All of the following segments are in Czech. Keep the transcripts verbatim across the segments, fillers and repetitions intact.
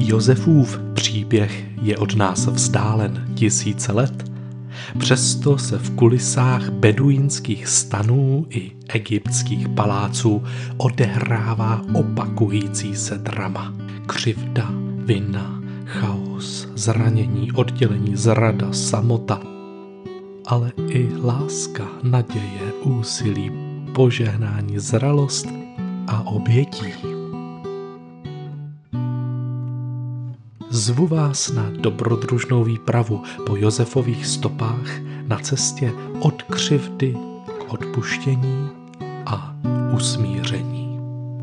Josefův příběh je od nás vzdálen tisíce let, přesto se v kulisách beduínských stanů i egyptských paláců odehrává opakující se drama. Křivda, vina, chaos, zranění, oddělení, zrada, samota, ale i láska, naděje, úsilí, požehnání, zralost a obětí. Zvu vás na dobrodružnou výpravu po Josefových stopách na cestě od křivdy k odpuštění a usmíření.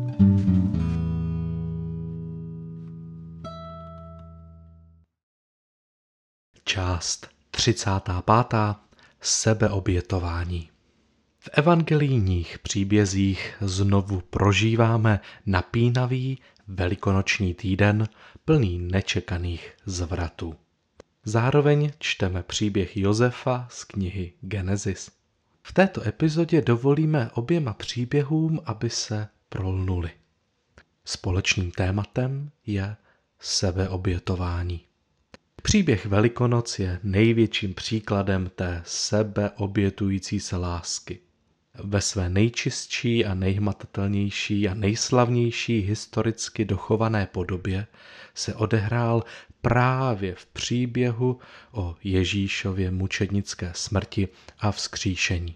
Část třicátá pátá. Sebeobětování. V evangelijních příbězích znovu prožíváme napínavý velikonoční týden plný nečekaných zvratů. Zároveň čteme příběh Josefa z knihy Genesis. V této epizodě dovolíme oběma příběhům, aby se prolnuli. Společným tématem je sebeobětování. Příběh Velikonoc je největším příkladem té sebeobětující se lásky. Ve své nejčistší a nejhmatatelnější a nejslavnější historicky dochované podobě se odehrál právě v příběhu o Ježíšově mučednické smrti a vzkříšení.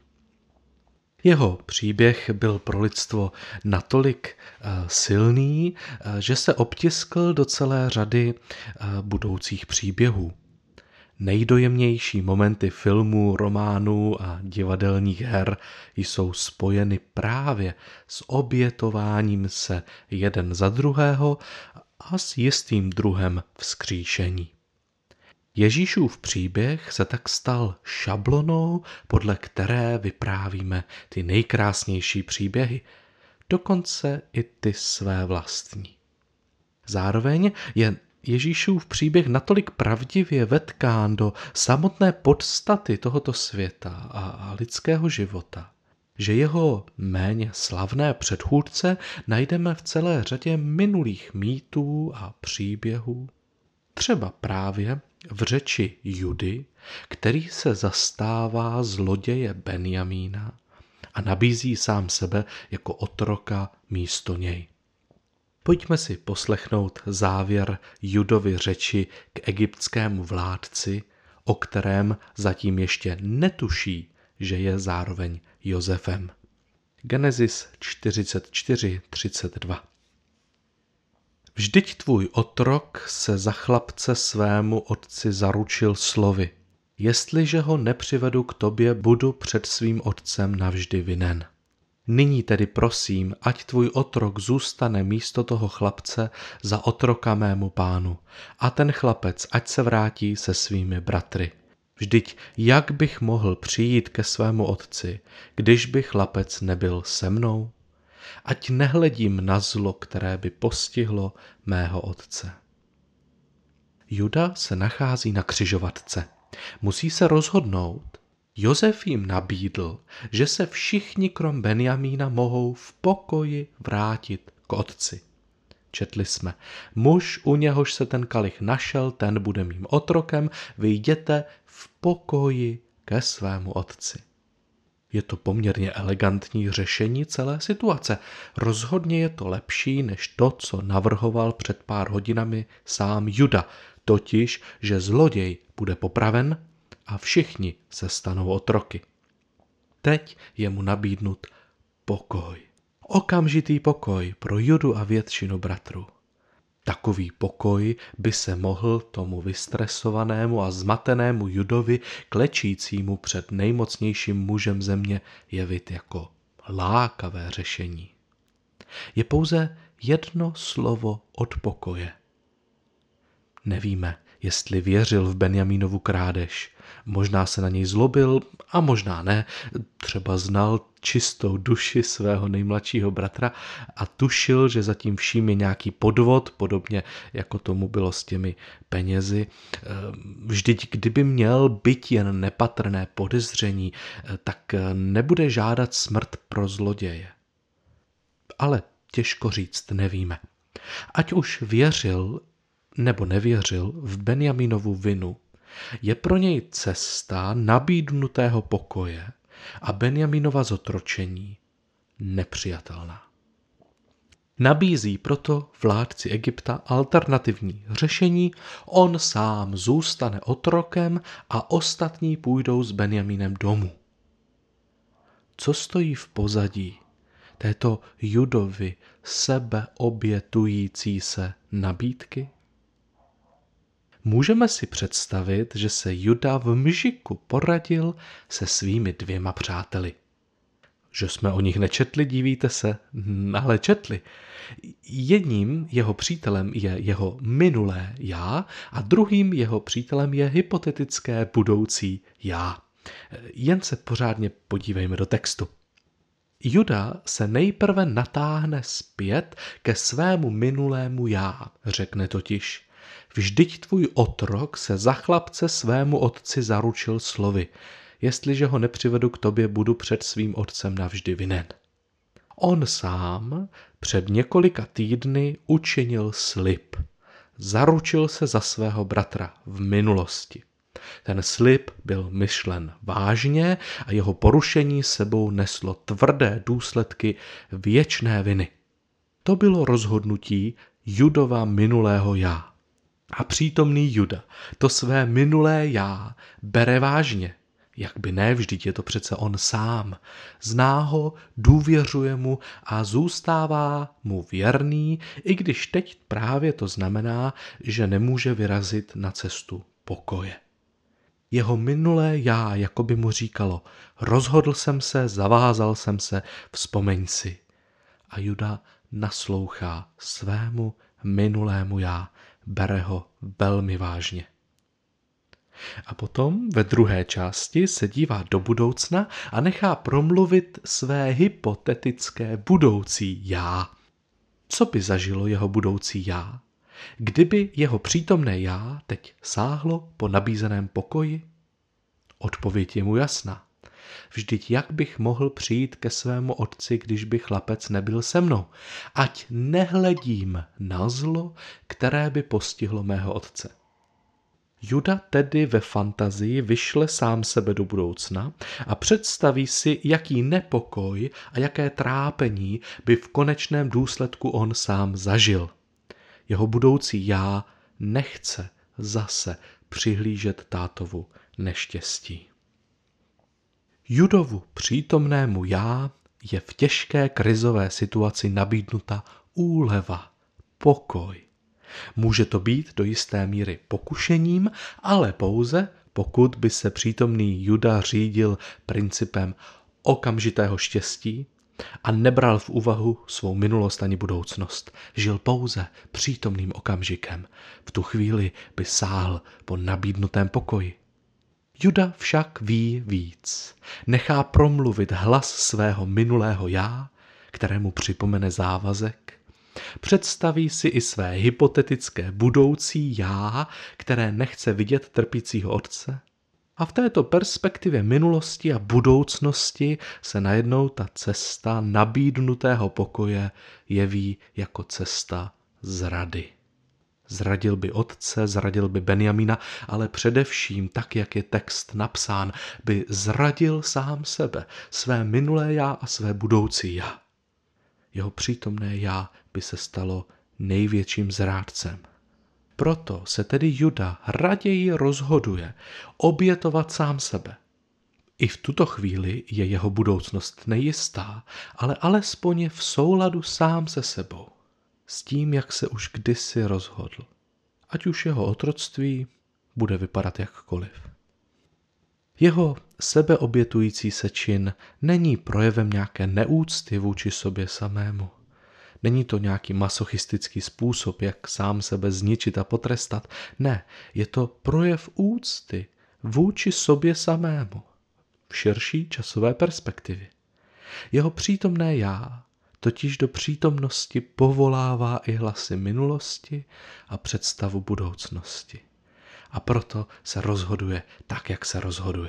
Jeho příběh byl pro lidstvo natolik silný, že se obtiskl do celé řady budoucích příběhů. Nejdojemnější momenty filmů, románů a divadelních her jsou spojeny právě s obětováním se jeden za druhého a s jistým druhem vzkříšení. Ježíšův příběh se tak stal šablonou, podle které vyprávíme ty nejkrásnější příběhy, dokonce i ty své vlastní. Zároveň je Ježíšův příběh natolik pravdivě vetkán do samotné podstaty tohoto světa a lidského života, že jeho méně slavné předchůdce najdeme v celé řadě minulých mýtů a příběhů. Třeba právě v řeči Judy, který se zastává zloděje Benjamína a nabízí sám sebe jako otroka místo něj. Pojďme si poslechnout závěr Judovy řeči k egyptskému vládci, o kterém zatím ještě netuší, že je zároveň Josefem. Genesis čtyřicet čtyři třicet dva. Vždyť tvůj otrok se za chlapce svému otci zaručil slovy. Jestliže ho nepřivedu k tobě, budu před svým otcem navždy vinen. Nyní tedy prosím, ať tvůj otrok zůstane místo toho chlapce za otroka mému pánu a ten chlapec ať se vrátí se svými bratry. Vždyť jak bych mohl přijít ke svému otci, když by chlapec nebyl se mnou? Ať nehledím na zlo, které by postihlo mého otce. Juda se nachází na křižovatce. Musí se rozhodnout. Josef jim nabídl, že se všichni krom Benjamína mohou v pokoji vrátit k otci. Četli jsme, muž, u něhož se ten kalich našel, ten bude mým otrokem, vy jděte v pokoji ke svému otci. Je to poměrně elegantní řešení celé situace. Rozhodně je to lepší než to, co navrhoval před pár hodinami sám Juda, totiž, že zloděj bude popraven a všichni se stanou otroky. Teď je mu nabídnut pokoj. Okamžitý pokoj pro Judu a většinu bratrů. Takový pokoj by se mohl tomu vystresovanému a zmatenému Judovi, klečícímu před nejmocnějším mužem země, jevit jako lákavé řešení. Je pouze jedno slovo od pokoje. Nevíme, jestli věřil v Benjamínovu krádež. Možná se na něj zlobil a možná ne. Třeba znal čistou duši svého nejmladšího bratra a tušil, že zatím vším je nějaký podvod, podobně jako tomu bylo s těmi penězi. Vždyť kdyby měl byť jen nepatrné podezření, tak nebude žádat smrt pro zloděje. Ale těžko říct, nevíme. Ať už věřil nebo nevěřil v Benjaminovu vinu, je pro něj cesta nabídnutého pokoje a Benjaminova zotročení nepřijatelná. Nabízí proto vládci Egypta alternativní řešení, on sám zůstane otrokem a ostatní půjdou s Benjaminem domů. Co stojí v pozadí této Judovy sebeobětující se nabídky? Můžeme si představit, že se Juda v mžiku poradil se svými dvěma přáteli. Že jsme o nich nečetli, divíte se? Ale četli. Jedním jeho přítelem je jeho minulé já a druhým jeho přítelem je hypotetické budoucí já. Jen se pořádně podívejme do textu. Juda se nejprve natáhne zpět ke svému minulému já, řekne totiž: vždyť tvůj otrok se za chlapce svému otci zaručil slovy. Jestliže ho nepřivedu k tobě, budu před svým otcem navždy vinen. On sám před několika týdny učinil slib. Zaručil se za svého bratra v minulosti. Ten slib byl myšlen vážně a jeho porušení sebou neslo tvrdé důsledky věčné viny. To bylo rozhodnutí Judova minulého já. A přítomný Juda to své minulé já bere vážně. Jak by ne, vždyť je to přece on sám. Zná ho, důvěřuje mu a zůstává mu věrný, i když teď právě to znamená, že nemůže vyrazit na cestu pokoje. Jeho minulé já jako by mu říkalo: rozhodl jsem se, zavázal jsem se, vzpomeň si. A Juda naslouchá svému minulému já, bere ho velmi vážně. A potom ve druhé části se dívá do budoucna a nechá promluvit své hypotetické budoucí já. Co by zažilo jeho budoucí já, kdyby jeho přítomné já teď sáhlo po nabízeném pokoji? Odpověď je mu jasná. Vždyť jak bych mohl přijít ke svému otci, když by chlapec nebyl se mnou? Ať nehledím na zlo, které by postihlo mého otce. Juda tedy ve fantazii vyšle sám sebe do budoucna a představí si, jaký nepokoj a jaké trápení by v konečném důsledku on sám zažil. Jeho budoucí já nechce zase přihlížet tátovu neštěstí. Judovu přítomnému já je v těžké krizové situaci nabídnuta úleva, pokoj. Může to být do jisté míry pokušením, ale pouze pokud by se přítomný Juda řídil principem okamžitého štěstí a nebral v úvahu svou minulost ani budoucnost. Žil pouze přítomným okamžikem. V tu chvíli by sáhl po nabídnutém pokoji. Juda však ví víc. Nechá promluvit hlas svého minulého já, kterému připomene závazek. Představí si i své hypotetické budoucí já, které nechce vidět trpícího otce. A v této perspektivě minulosti a budoucnosti se najednou ta cesta nabídnutého pokoje jeví jako cesta zrady. Zradil by otce, zradil by Benjamina, ale především, tak jak je text napsán, by zradil sám sebe, své minulé já a své budoucí já. Jeho přítomné já by se stalo největším zrádcem. Proto se tedy Juda raději rozhoduje obětovat sám sebe. I v tuto chvíli je jeho budoucnost nejistá, ale alespoň je v souladu sám se sebou, s tím, jak se už kdysi rozhodl. Ať už jeho otroctví bude vypadat jakkoliv. Jeho sebeobětující se čin není projevem nějaké neúcty vůči sobě samému. Není to nějaký masochistický způsob, jak sám sebe zničit a potrestat. Ne, je to projev úcty vůči sobě samému v širší časové perspektivě. Jeho přítomné já totiž do přítomnosti povolává i hlasy minulosti a představu budoucnosti. A proto se rozhoduje tak, jak se rozhoduje.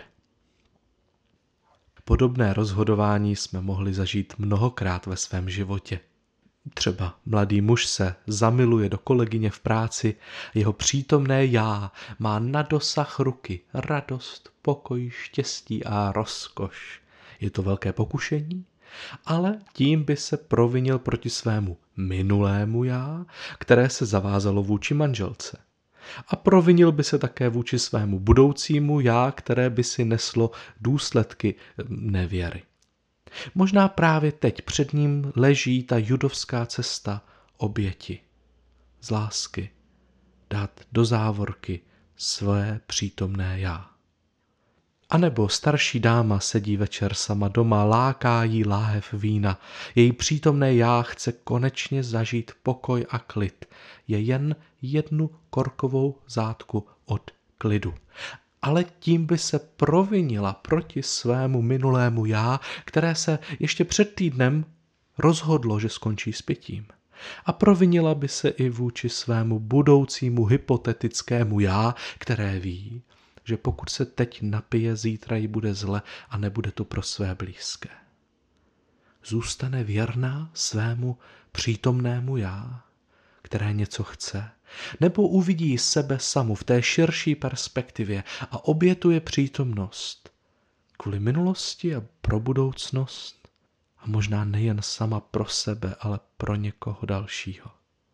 Podobné rozhodování jsme mohli zažít mnohokrát ve svém životě. Třeba mladý muž se zamiluje do kolegyně v práci, jeho přítomné já má na dosah ruky radost, pokoj, štěstí a rozkoš. Je to velké pokušení, ale tím by se provinil proti svému minulému já, které se zavázalo vůči manželce. A provinil by se také vůči svému budoucímu já, které by si neslo důsledky nevěry. Možná právě teď před ním leží ta judovská cesta oběti. Z lásky dát do závorky své přítomné já. A nebo starší dáma sedí večer sama doma, láká jí láhev vína. Její přítomné já chce konečně zažít pokoj a klid. Je jen jednu korkovou zátku od klidu. Ale tím by se provinila proti svému minulému já, které se ještě před týdnem rozhodlo, že skončí s pitím. A provinila by se i vůči svému budoucímu hypotetickému já, které ví, že pokud se teď napije, zítra jí bude zle a nebude tu pro své blízké. Zůstane věrná svému přítomnému já, které něco chce, nebo uvidí sebe samu v té širší perspektivě a obětuje přítomnost kvůli minulosti a pro budoucnost a možná nejen sama pro sebe, ale pro někoho dalšího.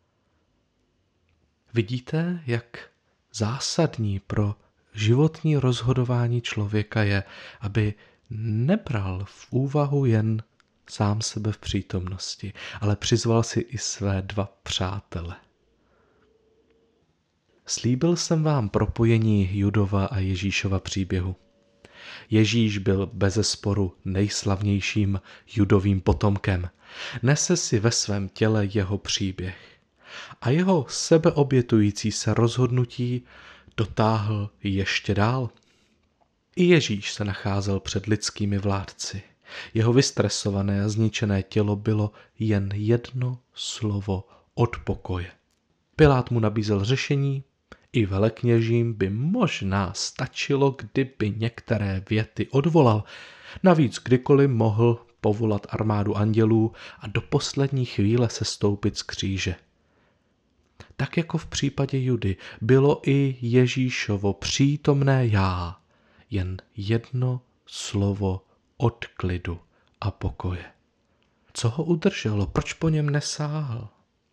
Vidíte, jak zásadní pro životní rozhodování člověka je, aby nebral v úvahu jen sám sebe v přítomnosti, ale přizval si i své dva přátele. Slíbil jsem vám propojení Judova a Ježíšova příběhu. Ježíš byl bezesporu nejslavnějším Judovým potomkem. Nese si ve svém těle jeho příběh. A jeho sebeobětující se rozhodnutí dotáhl ještě dál. I Ježíš se nacházel před lidskými vládci. Jeho vystresované a zničené tělo bylo jen jedno slovo od pokoje. Pilát mu nabízel řešení, i velekněžím by možná stačilo, kdyby některé věty odvolal. Navíc kdykoliv mohl povolat armádu andělů a do poslední chvíle sestoupit z kříže. Tak jako v případě Judy bylo i Ježíšovo přítomné já jen jedno slovo od klidu a pokoje. Co ho udrželo? Proč po něm nesáhl?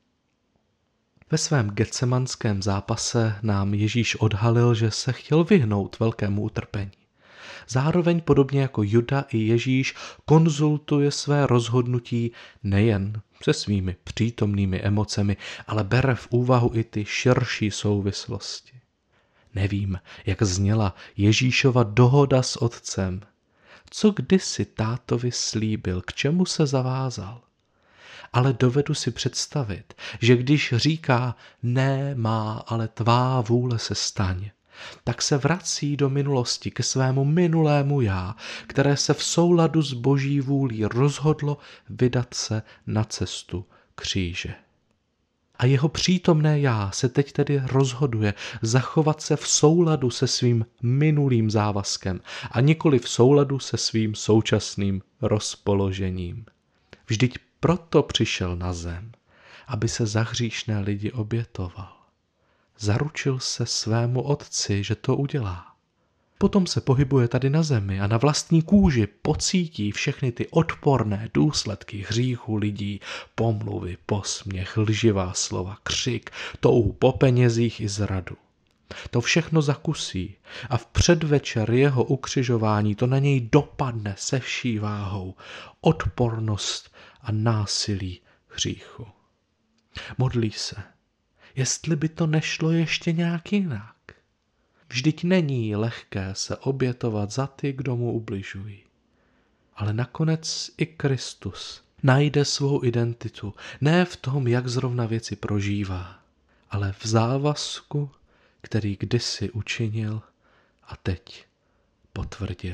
Ve svém getsemanském zápase nám Ježíš odhalil, že se chtěl vyhnout velkému utrpení. Zároveň podobně jako Juda i Ježíš konzultuje své rozhodnutí nejen se svými přítomnými emocemi, ale bere v úvahu i ty širší souvislosti. Nevím, jak zněla Ježíšova dohoda s otcem. Co kdysi tátovi slíbil, k čemu se zavázal? Ale dovedu si představit, že když říká ne má, ale tvá vůle se staň, tak se vrací do minulosti ke svému minulému já, které se v souladu s Boží vůlí rozhodlo vydat se na cestu kříže. A jeho přítomné já se teď tedy rozhoduje zachovat se v souladu se svým minulým závazkem a nikoli v souladu se svým současným rozpoložením. Vždyť proto přišel na zem, aby se za hříšné lidi obětoval. Zaručil se svému otci, že to udělá. Potom se pohybuje tady na zemi a na vlastní kůži pocítí všechny ty odporné důsledky hříchu lidí, pomluvy, posměch, lživá slova, křik, touhu po penězích i zradu. To všechno zakusí a v předvečer jeho ukřižování to na něj dopadne se vší váhou, odpornost a násilí hříchu. Modlí se, jestli by to nešlo ještě nějak jinak. Vždyť není lehké se obětovat za ty, kdo mu ubližují. Ale nakonec i Kristus najde svou identitu ne v tom, jak zrovna věci prožívá, ale v závazku, který kdysi učinil a teď potvrdil.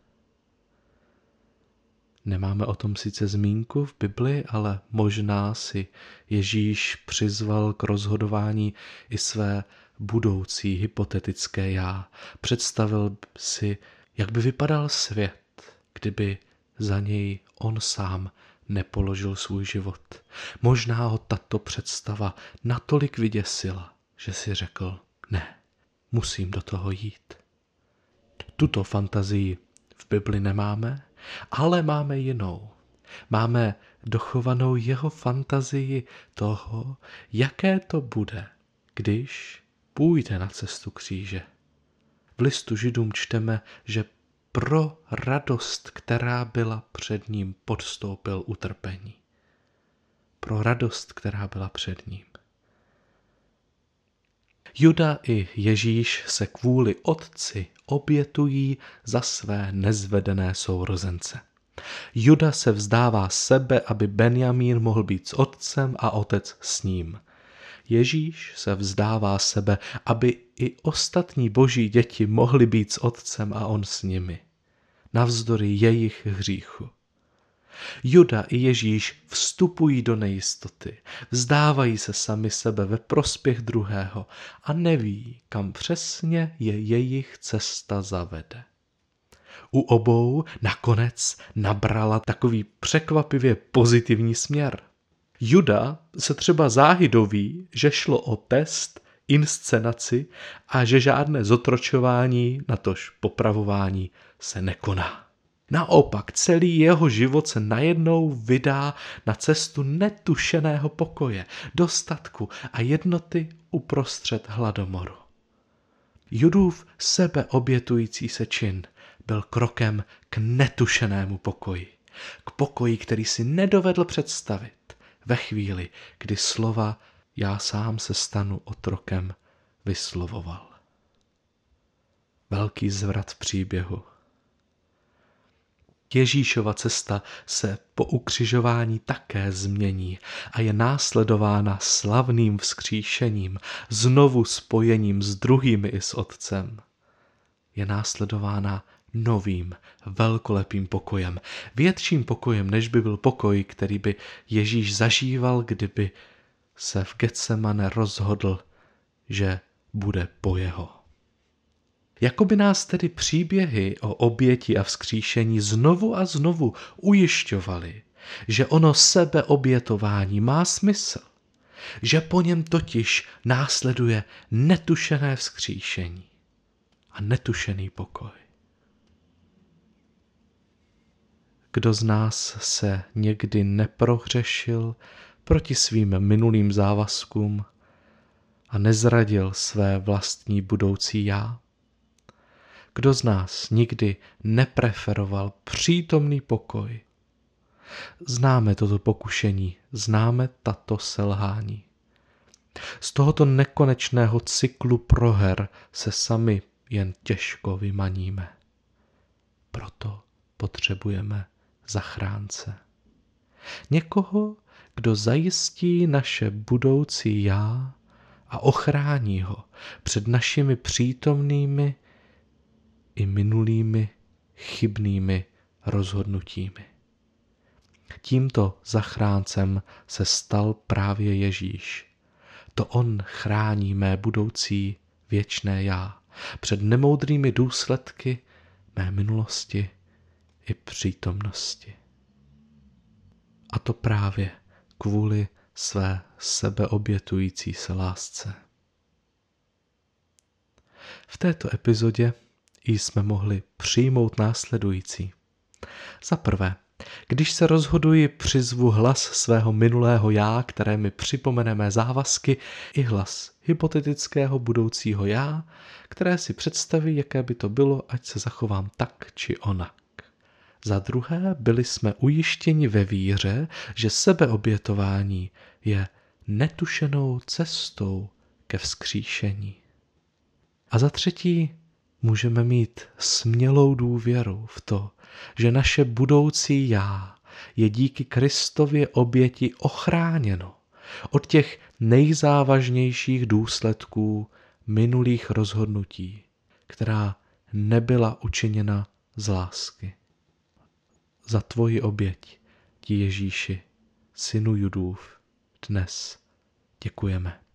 Nemáme o tom sice zmínku v Bibli, ale možná si Ježíš přizval k rozhodování i své budoucí hypotetické já. Představil si, jak by vypadal svět, kdyby za něj on sám nepoložil svůj život. Možná ho tato představa natolik vyděsila, že si řekl, ne, musím do toho jít. Tuto fantazii v Bibli nemáme, ale máme jinou. Máme dochovanou jeho fantazii toho, jaké to bude, když půjde na cestu kříže. V listu Židům čteme, že pro radost, která byla před ním, podstoupil utrpení. Pro radost, která byla před ním. Juda i Ježíš se kvůli otci obětují za své nezvedené sourozence. Juda se vzdává sebe, aby Benjamín mohl být s otcem a otec s ním. Ježíš se vzdává sebe, aby i ostatní boží děti mohly být s otcem a on s nimi. Navzdory jejich hříchu. Juda i Ježíš vstupují do nejistoty, vzdávají se sami sebe ve prospěch druhého a neví, kam přesně je jejich cesta zavede. U obou nakonec nabrala takový překvapivě pozitivní směr. Juda se třeba záhy doví, že šlo o test, inscenaci a že žádné zotročování, natož popravování se nekoná. Naopak celý jeho život se najednou vydá na cestu netušeného pokoje, dostatku a jednoty uprostřed hladomoru. Judův sebeobětující se čin byl krokem k netušenému pokoji. K pokoji, který si nedovedl představit ve chvíli, kdy slova já sám se stanu otrokem vyslovoval. Velký zvrat v příběhu. Ježíšova cesta se po ukřižování také změní a je následována slavným vzkříšením, znovu spojením s druhými i s otcem. Je následována novým, velkolepým pokojem, větším pokojem, než by byl pokoj, který by Ježíš zažíval, kdyby se v Getsemane rozhodl, že bude po jeho. Jakoby nás tedy příběhy o oběti a vzkříšení znovu a znovu ujišťovaly, že ono sebeobětování má smysl, že po něm totiž následuje netušené vzkříšení a netušený pokoj. Kdo z nás se někdy neprohřešil proti svým minulým závazkům a nezradil své vlastní budoucí já? Kdo z nás nikdy nepreferoval přítomný pokoj? Známe toto pokušení, známe tato selhání. Z tohoto nekonečného cyklu proher se sami jen těžko vymaníme. Proto potřebujeme zachránce. Někoho, kdo zajistí naše budoucí já a ochrání ho před našimi přítomnými i minulými chybnými rozhodnutími. Tímto zachráncem se stal právě Ježíš. To on chrání mé budoucí věčné já před nemoudrými důsledky mé minulosti i přítomnosti. A to právě kvůli své sebeobětující se lásce. V této epizodě jsme mohli přijmout následující. Za prvé, když se rozhoduji, přizvu hlas svého minulého já, které mi připomene mé závazky, i hlas hypotetického budoucího já, které si představí, jaké by to bylo, ať se zachovám tak či onak. Za druhé, byli jsme ujištěni ve víře, že sebeobětování je netušenou cestou ke vzkříšení. A za třetí, můžeme mít smělou důvěru v to, že naše budoucí já je díky Kristově oběti ochráněno od těch nejzávažnějších důsledků minulých rozhodnutí, která nebyla učiněna z lásky. Za tvoji oběť ti, Ježíši, synu Judův, dnes děkujeme.